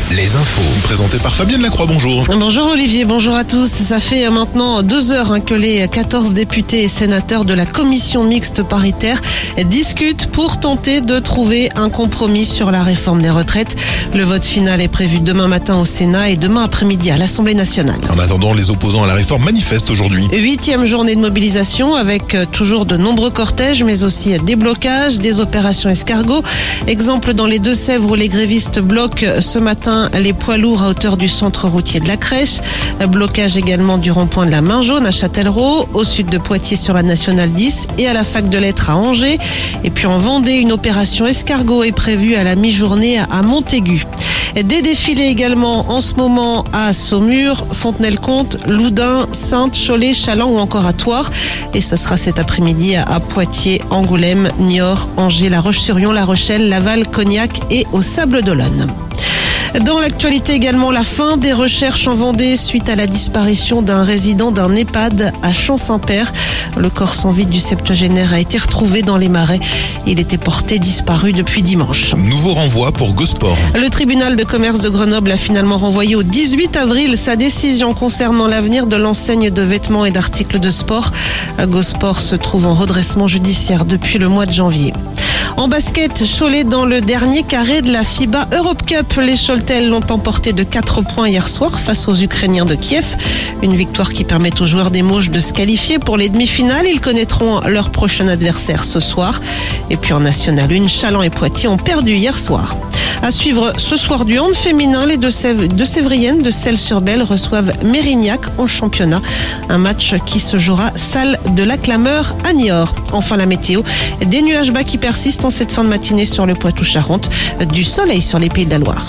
les infos. Présentées par Fabienne Lacroix, bonjour. Bonjour Olivier, bonjour à tous. Ça fait maintenant 2 heures que les 14 députés et sénateurs de la commission mixte paritaire discutent pour tenter de trouver un compromis sur la réforme des retraites. Le vote final est prévu demain matin au Sénat et demain après-midi à l'Assemblée nationale. En attendant, les opposants à la réforme manifestent aujourd'hui. 8e journée de mobilisation avec toujours de nombreux cortèges, mais aussi des blocages, des opérations escargots. Exemple dans les Deux-Sèvres où les grévistes bloquent ce matin les poids lourds à hauteur du centre routier de la Crèche. Blocage également du rond-point de la Main Jaune à Châtellerault, au sud de Poitiers sur la Nationale 10 et à la fac de lettres à Angers. Et puis en Vendée, une opération escargot est prévue à la mi-journée à Montaigu. Des défilés également en ce moment à Saumur, Fontenay-le-Comte, Loudun, Saintes, Cholet, Challans ou encore à Thouars. Et ce sera cet après-midi à Poitiers, Angoulême, Niort, Angers, La Roche-sur-Yon, La Rochelle, Laval, Cognac et au Sables-d'Olonne. Dans l'actualité également, la fin des recherches en Vendée suite à la disparition d'un résident d'un EHPAD à Champ-Saint-Père. Le corps sans vie du septuagénaire a été retrouvé dans les marais. Il était porté disparu depuis dimanche. Nouveau renvoi pour Gosport. Le tribunal de commerce de Grenoble a finalement renvoyé au 18 avril sa décision concernant l'avenir de l'enseigne de vêtements et d'articles de sport. Gosport se trouve en redressement judiciaire depuis le mois de janvier. En basket, Cholet dans le dernier carré de la FIBA Europe Cup. Les Choletels l'ont emporté de 4 points hier soir face aux Ukrainiens de Kiev. Une victoire qui permet aux joueurs des Mauges de se qualifier pour les demi-finales. Ils connaîtront leur prochain adversaire ce soir. Et puis en National 1, Challans et Poitiers ont perdu hier soir. À suivre ce soir du hand féminin, les deux Sévriennes de Celles-sur-Belle reçoivent Mérignac en championnat. Un match qui se jouera salle de la Clameur à Niort. Enfin la météo, des nuages bas qui persistent en cette fin de matinée sur le Poitou-Charentes, du soleil sur les Pays de la Loire.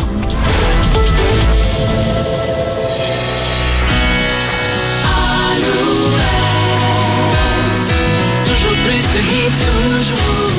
Toujours plus de hits, toujours